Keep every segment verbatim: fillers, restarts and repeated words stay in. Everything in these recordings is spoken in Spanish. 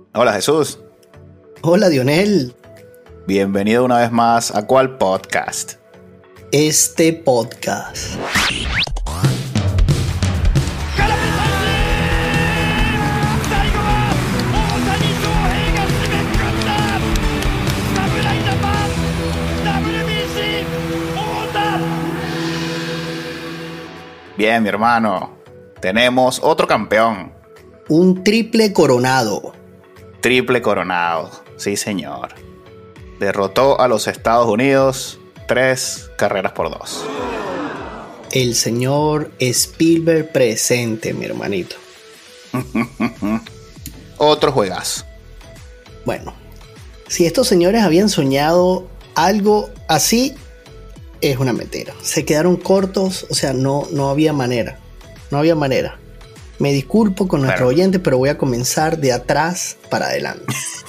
Hola Jesús. Hola Dionel. Bienvenido una vez más a ¿Cuál podcast? Este podcast. Bien, mi hermano. Tenemos otro campeón. Un triple coronado. Triple coronado. Sí, señor. Derrotó a los Estados Unidos tres carreras por dos. El señor Spielberg presente, mi hermanito. Otro juegazo. Bueno, si estos señores habían soñado algo así, es una mentira. Se quedaron cortos, o sea, no, no había manera. No había manera. Me disculpo con nuestro Pero... oyente, pero voy a comenzar de atrás para adelante.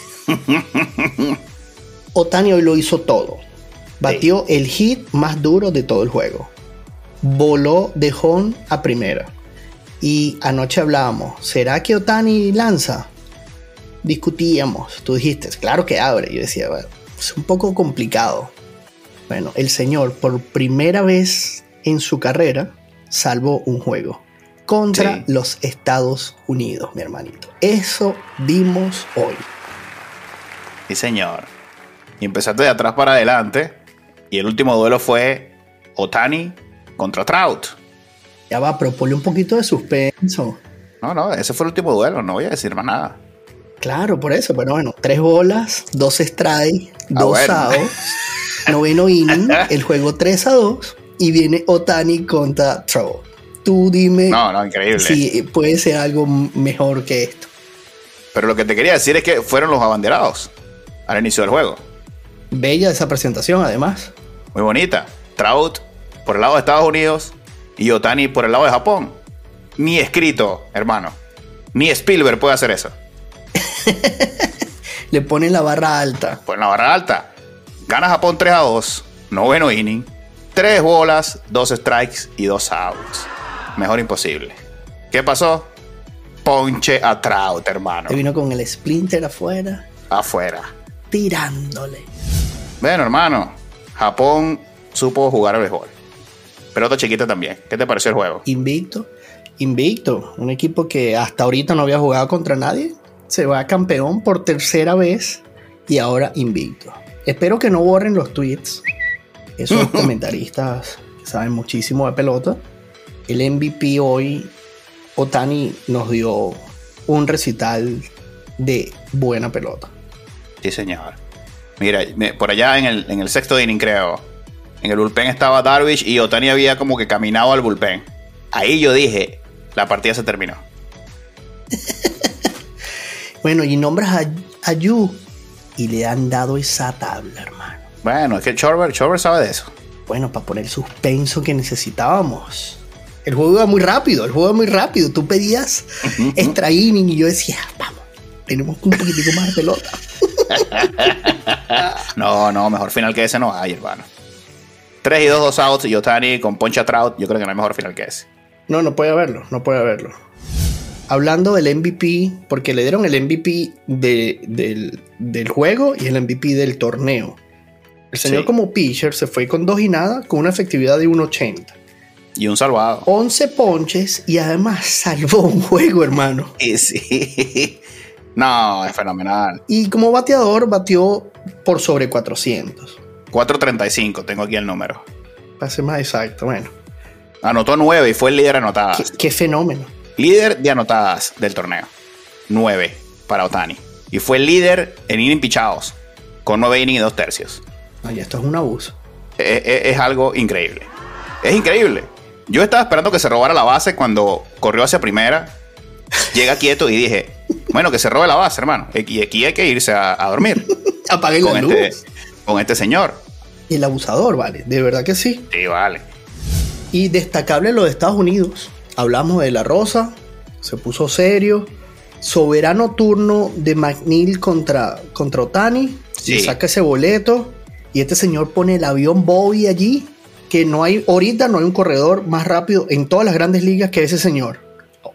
Ohtani hoy lo hizo todo. Batió sí. el hit más duro de todo el juego. Voló de home a primera. Y anoche hablábamos, ¿será que Ohtani lanza? Discutíamos. Tú dijiste, claro que abre. Yo decía, bueno, es un poco complicado. Bueno, el señor por primera vez en su carrera salvó un juego contra sí. los Estados Unidos, mi hermanito. Eso vimos hoy. Sí, señor. Y empezando de atrás para adelante. Y el último duelo fue Ohtani contra Trout. Ya va, pero ponle un poquito de suspenso. No, no, ese fue el último duelo. No voy a decir más nada. Claro, por eso. Pero bueno, tres bolas, dos strikes, ah, dos bueno. outs. Noveno inning, el juego tres a dos. Y viene Ohtani contra Trout. Tú dime no, no, increíble. si puede ser algo mejor que esto. Pero lo que te quería decir es que fueron los abanderados al inicio del juego. Bella esa presentación, además. Muy bonita. Trout por el lado de Estados Unidos y Ohtani por el lado de Japón. Ni escrito, hermano. Ni Spielberg puede hacer eso. Le ponen la barra alta. Ponen la barra alta. Gana Japón tres a dos. Noveno inning. Tres bolas, dos strikes y dos outs. Mejor imposible. ¿Qué pasó? Ponche a Trout, hermano. Se vino con el splinter afuera. Afuera. Tirándole. Bueno, hermano. Japón supo jugar al béisbol. Pelota chiquita también. ¿Qué te pareció el juego? Invicto. Invicto. Un equipo que hasta ahorita no había jugado contra nadie. Se va campeón por tercera vez. Y ahora invicto. Espero que no borren los tweets. Esos comentaristas saben muchísimo de pelota. El M V P hoy, Ohtani, nos dio un recital de buena pelota. Sí, señor. Mira, por allá en el, en el sexto inning, creo, en el bullpen estaba Darvish y Ohtani había como que caminado al bullpen. Ahí yo dije, la partida se terminó. Bueno, y nombras a, a Yu y le han dado esa tabla, hermano. Bueno, es que Schwarber, Schwarber sabe de eso. Bueno, para poner el suspenso que necesitábamos. El juego iba muy rápido, el juego iba muy rápido. Tú pedías uh-huh. extra inning y yo decía, vamos, tenemos un poquitico más de pelota. No, no, mejor final que ese no hay, hermano. tres y dos, dos outs y Ohtani con poncha Trout, yo creo que no hay mejor final que ese. No, no puede haberlo, no puede haberlo. Hablando del M V P, porque le dieron el M V P de, del, del juego y el M V P del torneo. El señor sí. como pitcher se fue con dos y nada, con una efectividad de uno ochenta. Y un salvado. once ponches y además salvó un juego, hermano. Y sí. No, es fenomenal. Y como bateador batió por sobre cuatrocientos. cuatrocientos treinta y cinco, tengo aquí el número. Para ser más exacto, bueno. Anotó nueve y fue el líder de anotadas. Qué, qué fenómeno. Líder de anotadas del torneo. nueve para Ohtani. Y fue el líder en innings pichados. Con nueve innings y dos tercios. Ay, esto es un abuso. Es, es, es algo increíble. Es increíble. Yo estaba esperando que se robara la base cuando corrió hacia primera. Llega quieto y dije, bueno, que se robe la base, hermano. Y aquí hay que irse a, a dormir. Apaguen la luz. Este, con este señor. Y el abusador, vale. De verdad que sí. Sí, vale. Y destacable lo de Estados Unidos. Hablamos de La Rosa. Se puso serio. Soberano turno de McNeil contra, contra Ohtani. Sí. Le saca ese boleto. Y este señor pone el avión Bobby allí. Que no hay, ahorita no hay un corredor más rápido en todas las grandes ligas que ese señor.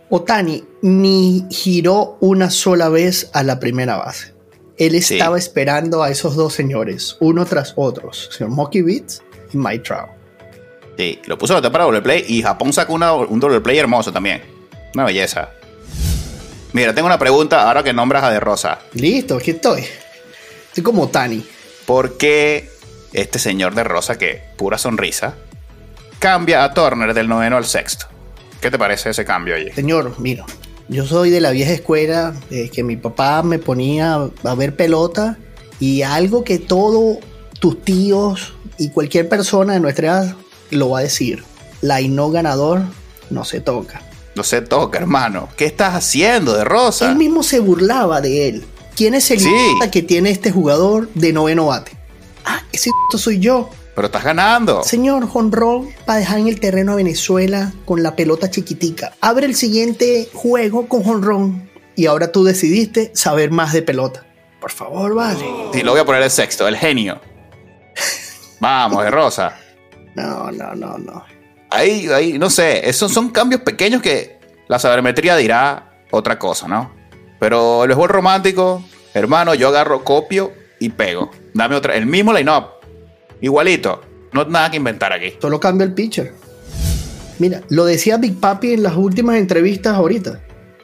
Otani ni giró una sola vez a la primera base. Él estaba sí. esperando a esos dos señores, uno tras otro, el señor Mookie Betts y Mike Trout. Sí, lo puso a batear para doble play y Japón sacó una, un doble play hermoso también. Una belleza. Mira, tengo una pregunta ahora que nombras a De Rosa. Listo, aquí estoy. Estoy como Otani. ¿Por qué este señor De Rosa, que pura sonrisa, cambia a Turner del noveno al sexto? ¿Qué te parece ese cambio allí? Señor, mira, yo soy de la vieja escuela, eh, que mi papá me ponía a ver pelota, y algo que todos tus tíos y cualquier persona de nuestra edad lo va a decir: la y no ganador no se toca. No se toca, hermano. ¿Qué estás haciendo, De Rosa? Él mismo se burlaba de él. ¿Quién es el sí. que tiene este jugador de noveno bate? Ah, ese soy yo. Pero estás ganando. Señor, jonrón para dejar en el terreno a Venezuela con la pelota chiquitica. Abre el siguiente juego con jonrón. Y ahora tú decidiste saber más de pelota. Por favor, vale. Sí, lo voy a poner el sexto, el genio. Vamos, De Rosa. No, no, no, no. Ahí, ahí, no sé. Esos son cambios pequeños que la sabermetría dirá otra cosa, ¿no? Pero el béisbol romántico, hermano, yo agarro, copio y pego. Dame otra, el mismo line-up. Igualito, no hay nada que inventar aquí. Solo cambia el pitcher. Mira, lo decía Big Papi en las últimas entrevistas ahorita.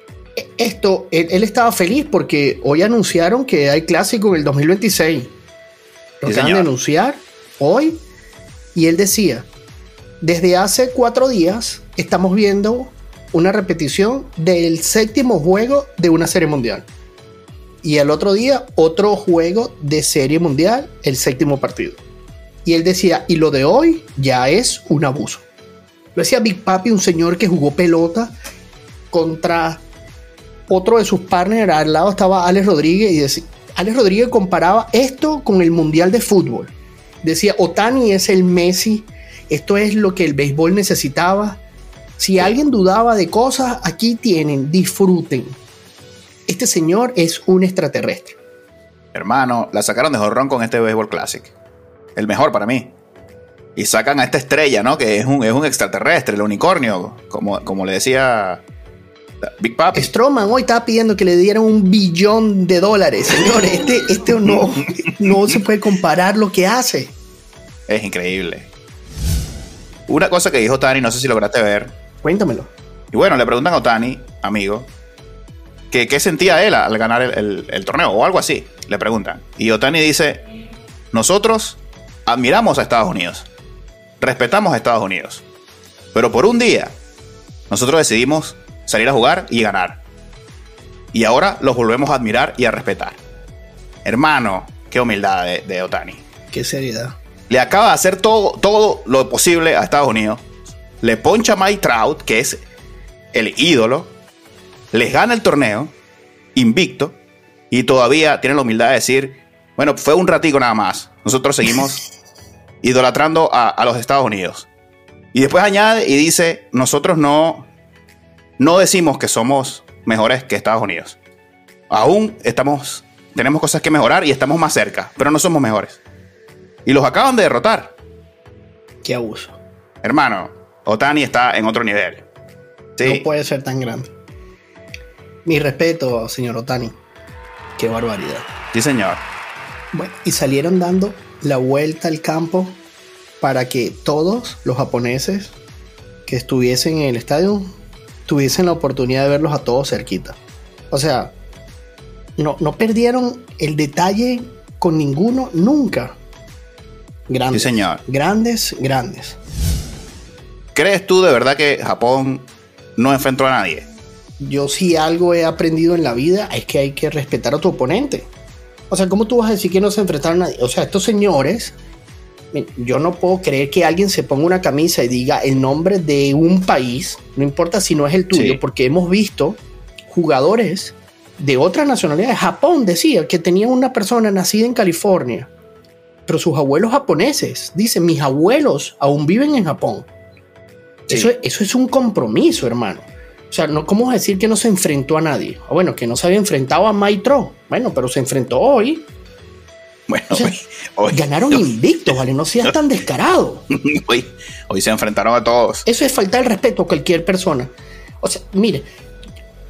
Esto, él, él estaba feliz porque hoy anunciaron que hay clásico en el dos mil veintiséis. Lo sí, acaban de anunciar hoy. Y él decía, desde hace cuatro días estamos viendo una repetición del séptimo juego de una serie mundial. Y el otro día otro juego de serie mundial, el séptimo partido. Y él decía, y lo de hoy ya es un abuso. Lo decía Big Papi, un señor que jugó pelota contra otro de sus partners. Al lado estaba Alex Rodríguez. Y decía, Alex Rodríguez comparaba esto con el mundial de fútbol. Decía, Otani es el Messi. Esto es lo que el béisbol necesitaba. Si alguien dudaba de cosas, aquí tienen, disfruten. Este señor es un extraterrestre. Hermano, la sacaron de jonrón con este Baseball Classic. El mejor para mí. Y sacan a esta estrella, ¿no? Que es un, es un extraterrestre, el unicornio, como, como le decía Big Papi. Stroman hoy estaba pidiendo que le dieran un billón de dólares. Señores, este, este no, no se puede comparar lo que hace. Es increíble. Una cosa que dijo Otani, no sé si lograste ver. Cuéntamelo. Y bueno, le preguntan a Otani, amigo, que qué sentía él al ganar el, el, el torneo o algo así. Le preguntan. Y Otani dice, nosotros admiramos a Estados Unidos, respetamos a Estados Unidos, pero por un día nosotros decidimos salir a jugar y ganar. Y ahora los volvemos a admirar y a respetar. Hermano, qué humildad de, de Otani. Qué seriedad. Le acaba de hacer todo, todo lo posible a Estados Unidos. Le poncha a Mike Trout, que es el ídolo. Les gana el torneo, invicto. Y todavía tiene la humildad de decir, bueno, fue un ratico nada más. Nosotros seguimos idolatrando a, a los Estados Unidos. Y después añade y dice, nosotros no, no decimos que somos mejores que Estados Unidos. Aún estamos, tenemos cosas que mejorar y estamos más cerca, pero no somos mejores. Y los acaban de derrotar. Qué abuso. Hermano, Otani está en otro nivel. Sí. No puede ser tan grande. Mi respeto, señor Otani. Qué barbaridad. Sí, señor. Bueno, y salieron dando la vuelta al campo para que todos los japoneses que estuviesen en el estadio tuviesen la oportunidad de verlos a todos cerquita. O sea, no, no perdieron el detalle con ninguno nunca. Grandes. Sí, señor. Grandes, grandes. ¿Crees tú de verdad que Japón no enfrentó a nadie? Yo sí algo he aprendido en la vida es que hay que respetar a tu oponente. O sea, ¿cómo tú vas a decir que no se enfrentaron a nadie? O sea, estos señores, yo no puedo creer que alguien se ponga una camisa y diga el nombre de un país, no importa si no es el tuyo, sí. Porque hemos visto jugadores de otras nacionalidades. Japón decía que tenía una persona nacida en California, pero sus abuelos japoneses, dicen, mis abuelos aún viven en Japón. Sí. Eso, eso es un compromiso, hermano. O sea, no, ¿cómo vas a decir que no se enfrentó a nadie? Bueno, que no se había enfrentado a Maitro. Bueno, pero se enfrentó hoy. Bueno, o sea, hoy, hoy, ganaron hoy, invictos, ¿vale? No seas tan descarado. Hoy, hoy se enfrentaron a todos. Eso es faltar el respeto a cualquier persona. O sea, mire,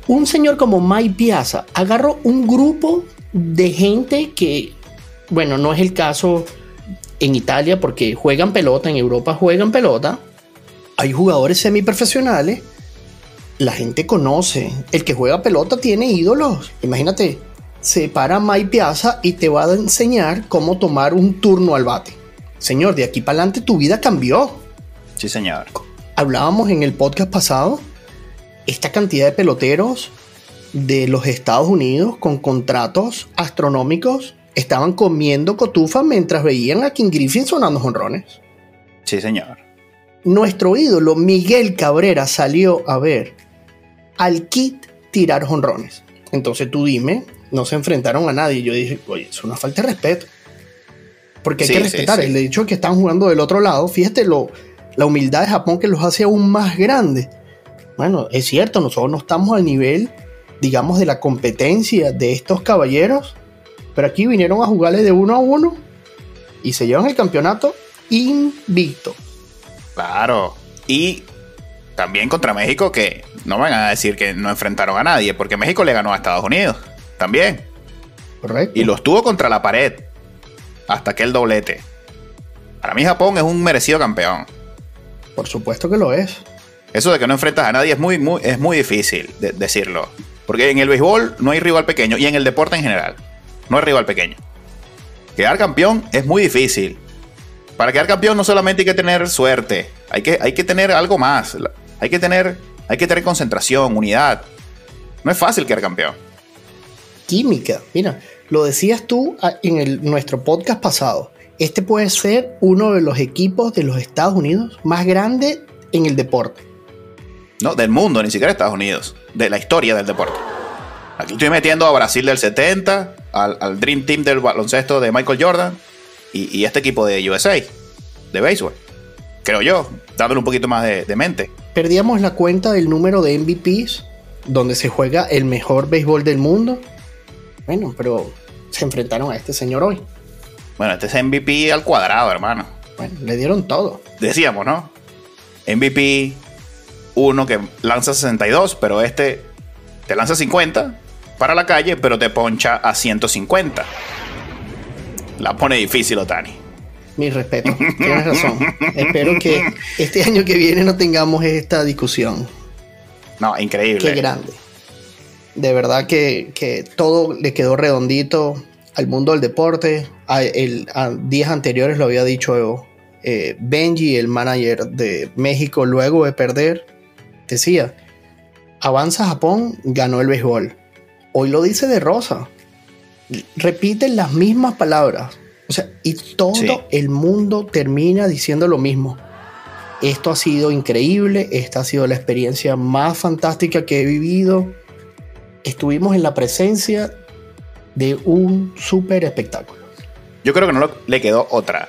un señor como Mike Piazza agarró un grupo de gente que, bueno, no es el caso en Italia porque juegan pelota, en Europa juegan pelota, hay jugadores semiprofesionales, la gente conoce, el que juega pelota tiene ídolos, imagínate, se para Mike Piazza y te va a enseñar cómo tomar un turno al bate. Señor, de aquí para adelante tu vida cambió. Sí, señor. Hablábamos en el podcast pasado, esta cantidad de peloteros de los Estados Unidos con contratos astronómicos estaban comiendo cotufa mientras veían a King Griffin sonando jonrones. Sí, señor. Nuestro ídolo Miguel Cabrera salió a ver al Kid tirar jonrones. Entonces tú dime, no se enfrentaron a nadie. Yo dije, oye, es una falta de respeto. Porque hay sí, que respetar sí, sí. El hecho de que están jugando del otro lado. Fíjate lo, la humildad de Japón que los hace aún más grandes. Bueno, es cierto, nosotros no estamos al nivel, digamos, de la competencia de estos caballeros. Pero aquí vinieron a jugarle de uno a uno y se llevan el campeonato invicto. Claro. Y también contra México, que no van a decir que no enfrentaron a nadie, porque México le ganó a Estados Unidos también. Correcto. Y los tuvo contra la pared hasta aquel doblete. Para mí Japón es un merecido campeón. Por supuesto que lo es. Eso de que no enfrentas a nadie es muy, muy, es muy difícil de decirlo. Porque en el béisbol no hay rival pequeño y en el deporte en general no hay rival pequeño. Quedar campeón es muy difícil. Para quedar campeón no solamente hay que tener suerte, hay que, hay que tener algo más. Hay que tener, hay que tener concentración, unidad. No es fácil quedar campeón. Química. Mira, lo decías tú en el, nuestro podcast pasado. Este puede ser uno de los equipos de los Estados Unidos más grandes en el deporte. No, del mundo, ni siquiera Estados Unidos. De la historia del deporte. Aquí estoy metiendo a Brasil del setenta, al, al Dream Team del baloncesto de Michael Jordan y, y este equipo de U S A, de béisbol. Creo yo, dándole un poquito más de, de mente. Perdíamos la cuenta del número de M V Ps, donde se juega el mejor béisbol del mundo. Bueno, pero se enfrentaron a este señor hoy. Bueno, este es M V P al cuadrado, hermano. Bueno, le dieron todo. Decíamos, ¿no? M V P, uno que lanza sesenta y dos, pero este te lanza cincuenta para la calle, pero te poncha a ciento cincuenta. La pone difícil, Ohtani. Mi respeto, tienes razón. Espero que este año que viene no tengamos esta discusión. No, increíble. Qué grande. De verdad que, que todo le quedó redondito al mundo del deporte. A, el, a días anteriores lo había dicho eh, Benji, el manager de México, luego de perder. Decía, avanza Japón, ganó el béisbol. Hoy lo dice De Rosa. Repiten las mismas palabras. O sea, y todo sí. El mundo termina diciendo lo mismo. Esto ha sido increíble. Esta ha sido la experiencia más fantástica que he vivido. Estuvimos en la presencia de un súper espectáculo. Yo creo que no lo, le quedó otra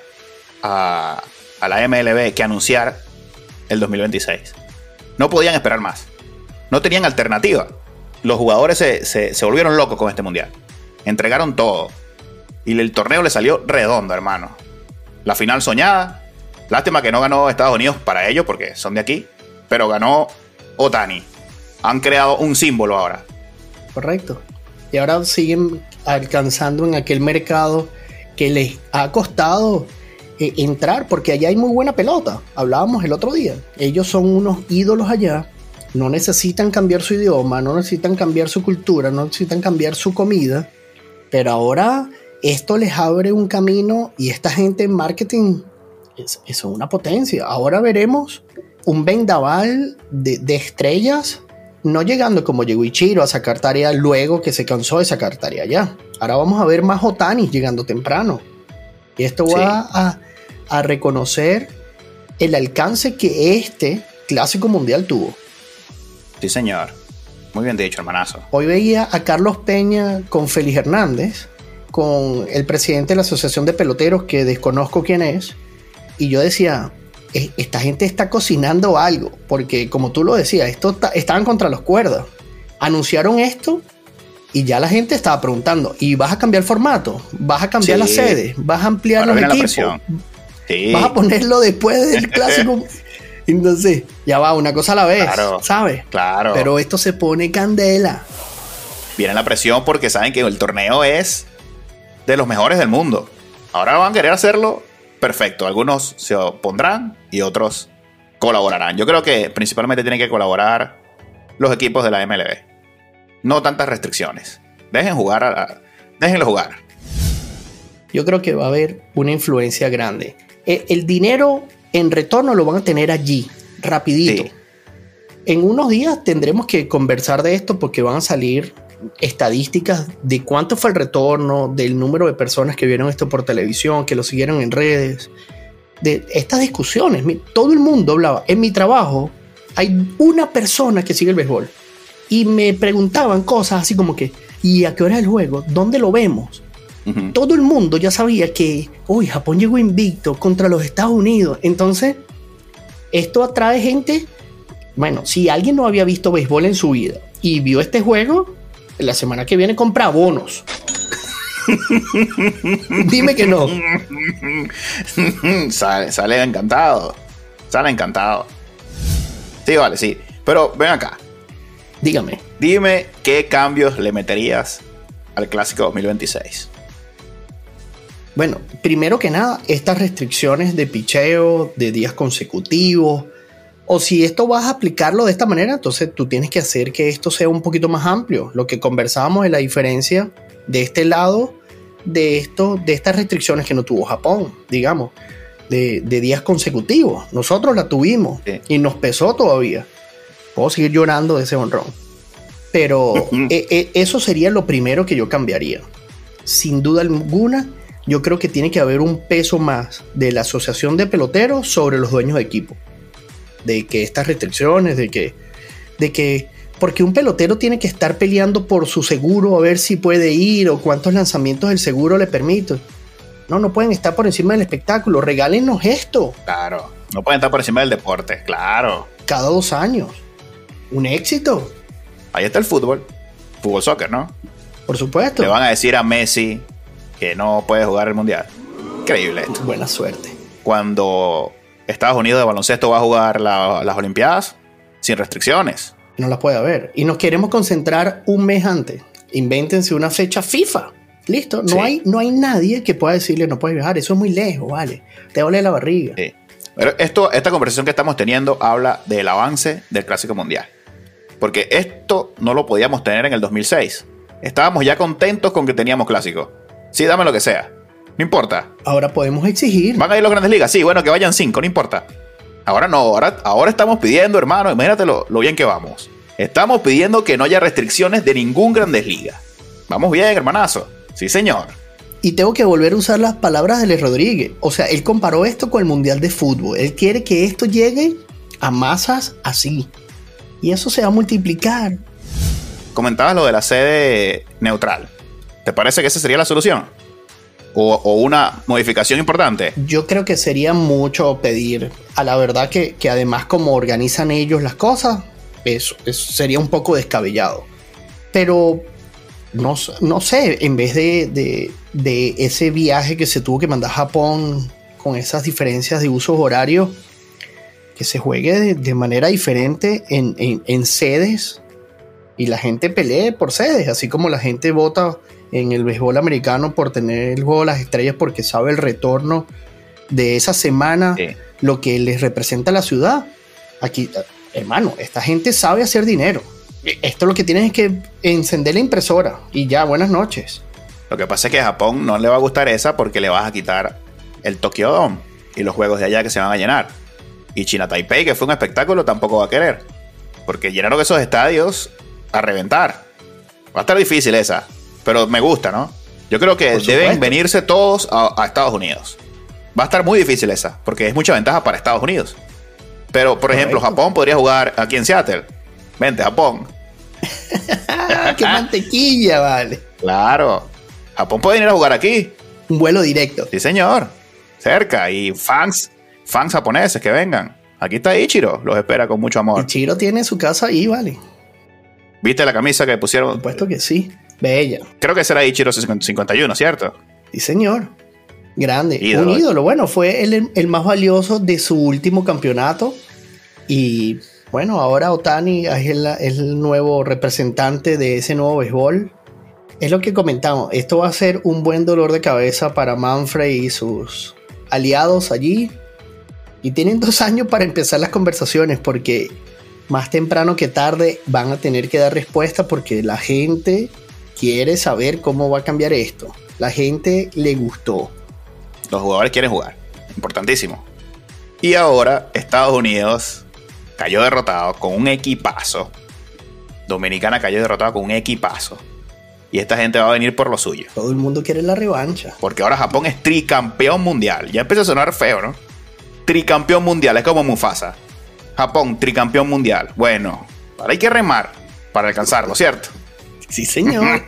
a, a la M L B que anunciar el dos mil veintiséis. No podían esperar más. No tenían alternativa. Los jugadores se, se, se volvieron locos con este mundial. Entregaron todo. Y el torneo le salió redondo, hermano. La final soñada. Lástima que no ganó Estados Unidos para ellos, porque son de aquí. Pero ganó Ohtani. Han creado un símbolo ahora. Correcto. Y ahora siguen alcanzando en aquel mercado que les ha costado eh, entrar, porque allá hay muy buena pelota. Hablábamos el otro día. Ellos son unos ídolos allá. No necesitan cambiar su idioma, no necesitan cambiar su cultura, no necesitan cambiar su comida. Pero ahora esto les abre un camino y esta gente en marketing es, es una potencia. Ahora veremos un vendaval de, de estrellas, no llegando como llegó Ichiro a sacar tarea luego que se cansó de sacar tarea ya. Ahora vamos a ver más Ohtani llegando temprano. Y esto sí. va a, a reconocer el alcance que este Clásico Mundial tuvo. Sí, señor. Muy bien dicho, hermanazo. Hoy veía a Carlos Peña con Félix Hernández, con el presidente de la Asociación de Peloteros, que desconozco quién es, y yo decía, esta gente está cocinando algo, porque como tú lo decías, esto ta- estaban contra las cuerdas. Anunciaron esto y ya la gente estaba preguntando, ¿y vas a cambiar el formato? ¿Vas a cambiar sí. la sede? ¿Vas a ampliar Ahora los equipos? Sí. ¿Vas a ponerlo después del Clásico? Entonces, ya va, una cosa a la vez, Claro, ¿sabes? claro. Pero esto se pone candela. Viene la presión porque saben que el torneo es de los mejores del mundo. Ahora van a querer hacerlo perfecto. Algunos se opondrán y otros colaborarán. Yo creo que principalmente tienen que colaborar los equipos de la M L B. No tantas restricciones. Dejen jugar, a la, déjenlo jugar. Yo creo que va a haber una influencia grande. El, el dinero en retorno lo van a tener allí, rapidito. Sí. En unos días tendremos que conversar de esto porque van a salir estadísticas de cuánto fue el retorno, del número de personas que vieron esto por televisión, que lo siguieron en redes, de estas discusiones. Todo el mundo hablaba. En mi trabajo hay una persona que sigue el béisbol y me preguntaban cosas así como que, ¿y a qué hora es el juego? ¿Dónde lo vemos? Uh-huh. Todo el mundo ya sabía que uy, Japón llegó invicto contra los Estados Unidos. Entonces, esto atrae gente. Bueno, si alguien no había visto béisbol en su vida y vio este juego, la semana que viene compra bonos. Dime que no. sale, sale encantado. Sale encantado. Sí, vale, sí. Pero ven acá. Dígame. Dime qué cambios le meterías al Clásico dos mil veintiséis. Bueno, primero que nada, estas restricciones de picheo, de días consecutivos, o si esto vas a aplicarlo de esta manera, entonces tú tienes que hacer que esto sea un poquito más amplio. Lo que conversábamos de la diferencia de este lado de, esto, de estas restricciones que no tuvo Japón, digamos, de, de días consecutivos. Nosotros la tuvimos sí. y nos pesó todavía. Puedo seguir llorando de ese honrón. Pero e, e, eso sería lo primero que yo cambiaría. Sin duda alguna, yo creo que tiene que haber un peso más de la asociación de peloteros sobre los dueños de equipo. De que estas restricciones, de que, de que, porque un pelotero tiene que estar peleando por su seguro a ver si puede ir o cuántos lanzamientos el seguro le permite. No, no pueden estar por encima del espectáculo. Regálenos esto. Claro, no pueden estar por encima del deporte, claro. Cada dos años. Un éxito. Ahí está el fútbol. Fútbol soccer, ¿no? Por supuesto. Le van a decir a Messi que no puede jugar el mundial. Increíble esto. Buena suerte. Cuando Estados Unidos de baloncesto va a jugar la, las Olimpiadas sin restricciones. No las puede haber. Y nos queremos concentrar un mes antes. Invéntense una fecha FIFA. Listo. No, sí. hay, no hay nadie que pueda decirle no puedes viajar. Eso es muy lejos, vale. Te duele la barriga. Sí. Pero esto, esta conversación que estamos teniendo habla del avance del Clásico Mundial. Porque esto no lo podíamos tener en el dos mil seis. Estábamos ya contentos con que teníamos Clásico. Sí, dame lo que sea. No importa. Ahora podemos exigir. ¿Van a ir los Grandes Ligas? Sí, bueno, que vayan cinco, no importa. Ahora no, ahora, ahora estamos pidiendo, hermano, imagínate lo, lo bien que vamos. Estamos pidiendo que no haya restricciones de ningún Grandes Ligas. Vamos bien, hermanazo. Sí, señor. Y tengo que volver a usar las palabras de Les Rodríguez. O sea, él comparó esto con el Mundial de Fútbol. Él quiere que esto llegue a masas así. Y eso se va a multiplicar. Comentabas lo de la sede neutral. ¿Te parece que esa sería la solución? O, o una modificación importante. Yo creo que sería mucho pedir. A la verdad que, que además como organizan ellos las cosas, eso, eso sería un poco descabellado. Pero no, no sé, en vez de, de, de ese viaje que se tuvo que mandar a Japón con esas diferencias de usos horarios, que se juegue de, de manera diferente en, en, en sedes y la gente pelee por sedes, así como la gente vota en el béisbol americano por tener el juego de las estrellas porque sabe el retorno de esa semana, sí. Lo que les representa a la ciudad. Aquí, hermano, esta gente sabe hacer dinero. Esto lo que tienen es que encender la impresora y ya, buenas noches. Lo que pasa es que a Japón no le va a gustar esa porque le vas a quitar el Tokyo Dome y los juegos de allá que se van a llenar. Y China Taipei, que fue un espectáculo, tampoco va a querer. Porque llenaron esos estadios a reventar. Va a estar difícil esa. Pero me gusta, ¿no? Yo creo que deben venirse todos a, a Estados Unidos. Va a estar muy difícil esa, porque es mucha ventaja para Estados Unidos. Pero, por ejemplo, Correcto. Japón podría jugar aquí en Seattle. Vente, Japón. ¡Qué mantequilla, vale! Claro. Japón puede venir a jugar aquí. Un vuelo directo. Sí, señor. Cerca. Y fans, fans japoneses que vengan. Aquí está Ichiro. Los espera con mucho amor. Ichiro tiene su casa ahí, vale. ¿Viste la camisa que pusieron? Por supuesto que sí. Bella. Creo que será Ichiro cincuenta y uno, ¿cierto? Sí, señor. Grande. Ídolo. Un ídolo. Bueno, fue el, el más valioso de su último campeonato. Y bueno, ahora Ohtani es el, es el nuevo representante de ese nuevo béisbol. Es lo que comentamos, esto va a ser un buen dolor de cabeza para Manfred y sus aliados allí. Y tienen dos años para empezar las conversaciones, porque más temprano que tarde van a tener que dar respuesta, porque la gente quiere saber cómo va a cambiar esto. La gente le gustó. Los jugadores quieren jugar, importantísimo. Y ahora Estados Unidos cayó derrotado con un equipazo. Dominicana cayó derrotada con un equipazo. Y esta gente va a venir por lo suyo. Todo el mundo quiere la revancha. Porque ahora Japón es tricampeón mundial. Ya empieza a sonar feo, ¿no? Tricampeón mundial, es como Mufasa. Japón, tricampeón mundial. Bueno, ahora hay que remar para alcanzarlo, ¿cierto? Sí, señor.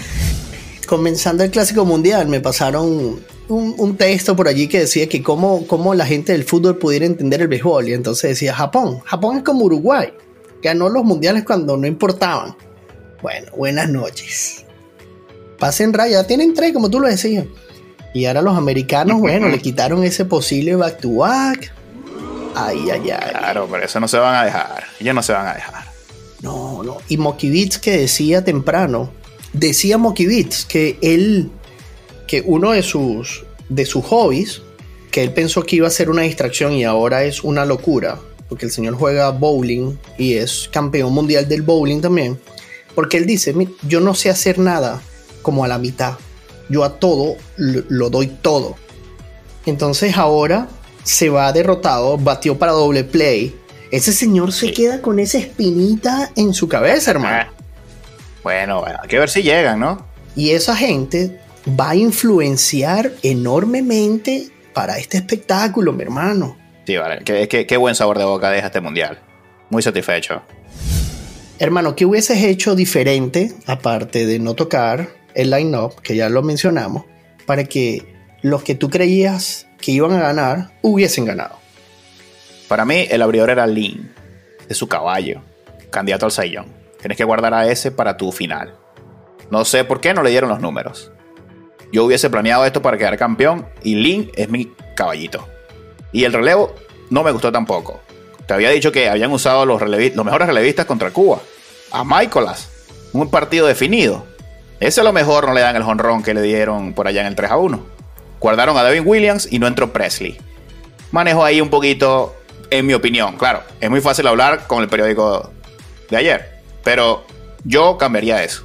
Comenzando el Clásico Mundial, me pasaron un, un texto por allí que decía que cómo, cómo la gente del fútbol pudiera entender el béisbol. Y entonces decía, Japón. Japón es como Uruguay. Ganó los mundiales cuando no importaban. Bueno, buenas noches. Pasen raya, tienen tres, como tú lo decías. Y ahora los americanos, bueno, le quitaron ese posible back to back. Ay, ay, ay. Claro, pero eso no se van a dejar. Ellos no se van a dejar. No, no. Y Mokivitz, que decía temprano, decía Mokivitz que él, que uno de sus, de sus hobbies, que él pensó que iba a ser una distracción y ahora es una locura, porque el señor juega bowling y es campeón mundial del bowling también. Porque él dice, yo no sé hacer nada como a la mitad. Yo a todo lo, lo doy todo. Entonces ahora se va derrotado, batió para doble play. Ese señor se queda con esa espinita en su cabeza, hermano. Bueno, bueno, hay que ver si llegan, ¿no? Y esa gente va a influenciar enormemente para este espectáculo, mi hermano. Sí, vale. Qué, qué, qué buen sabor de boca deja este mundial. Muy satisfecho. Hermano, ¿qué hubieses hecho diferente, aparte de no tocar el line-up, que ya lo mencionamos, para que los que tú creías que iban a ganar, hubiesen ganado? Para mí, el abridor era Lin, de su caballo, candidato al Cy Young. Tienes que guardar a ese para tu final. No sé por qué no le dieron los números. Yo hubiese planeado esto para quedar campeón, y Lin es mi caballito. Y el relevo no me gustó tampoco. Te había dicho que habían usado los, relevi- los mejores relevistas contra Cuba. A Michaelas, un partido definido. Ese a lo mejor no le dan el jonrón que le dieron por allá en el tres a uno. Guardaron a Devin Williams y no entró Presley. Manejo ahí un poquito, en mi opinión. Claro, es muy fácil hablar con el periódico de ayer, pero yo cambiaría eso.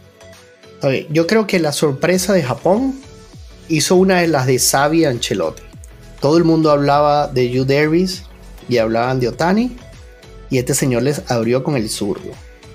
Okay, yo creo que la sorpresa de Japón hizo una de las de Xavi Ancelotti. Todo el mundo hablaba de Yu Darvish y hablaban de Ohtani, y este señor les abrió con el zurdo.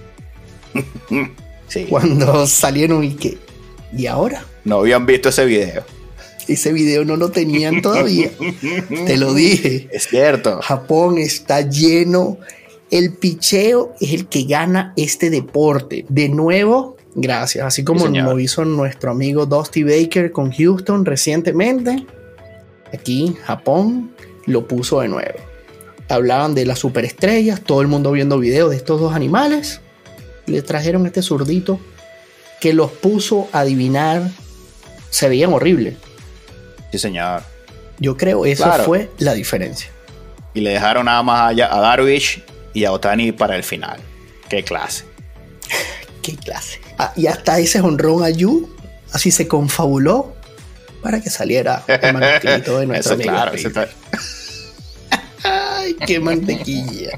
Sí. Cuando salieron y que, ¿y ahora? No habían visto ese video. Ese video no lo tenían todavía. Te lo dije. Es cierto. Japón está lleno. El picheo es el que gana este deporte. De nuevo, gracias. Así como Sí, lo hizo nuestro amigo Dusty Baker con Houston recientemente. Aquí Japón lo puso de nuevo. Hablaban de las superestrellas, todo el mundo viendo videos de estos dos animales. Le trajeron este zurdito que los puso a adivinar. Se veían horribles. Sí, señor. Yo creo eso Claro. fue la diferencia. Y le dejaron nada más allá a Darvish y a Ohtani para el final. Qué clase. Qué clase. Ah, y hasta ese jonrón a Yu, así se confabuló para que saliera el manuscrito de nuestro Eso, amigo. claro, eso está... Ay, qué mantequilla.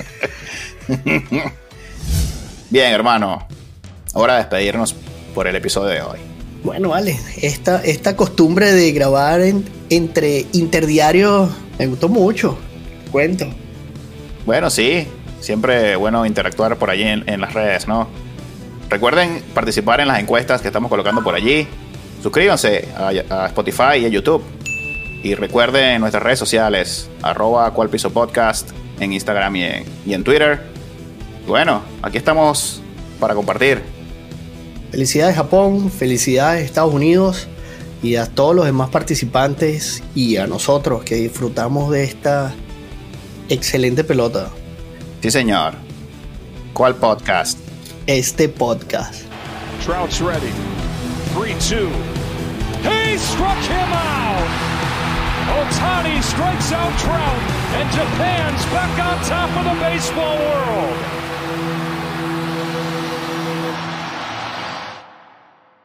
Bien, hermano. Hora de despedirnos por el episodio de hoy. Bueno, vale. Esta, esta costumbre de grabar en, entre interdiarios me gustó mucho. Cuento. Bueno, sí. Siempre bueno interactuar por allí en, en las redes, ¿no? Recuerden participar en las encuestas que estamos colocando por allí. Suscríbanse a, a Spotify y a YouTube. Y recuerden nuestras redes sociales, arroba Cual Piso Podcast, en Instagram y en, y en Twitter. Y bueno, aquí estamos para compartir. Felicidades Japón, felicidades Estados Unidos y a todos los demás participantes y a nosotros que disfrutamos de esta excelente pelota. Sí, señor. ¿Cuál podcast? Este podcast. Trout's ready. three two. He struck him out. Ohtani strikes out Trout. And Japan's back on top of the baseball world.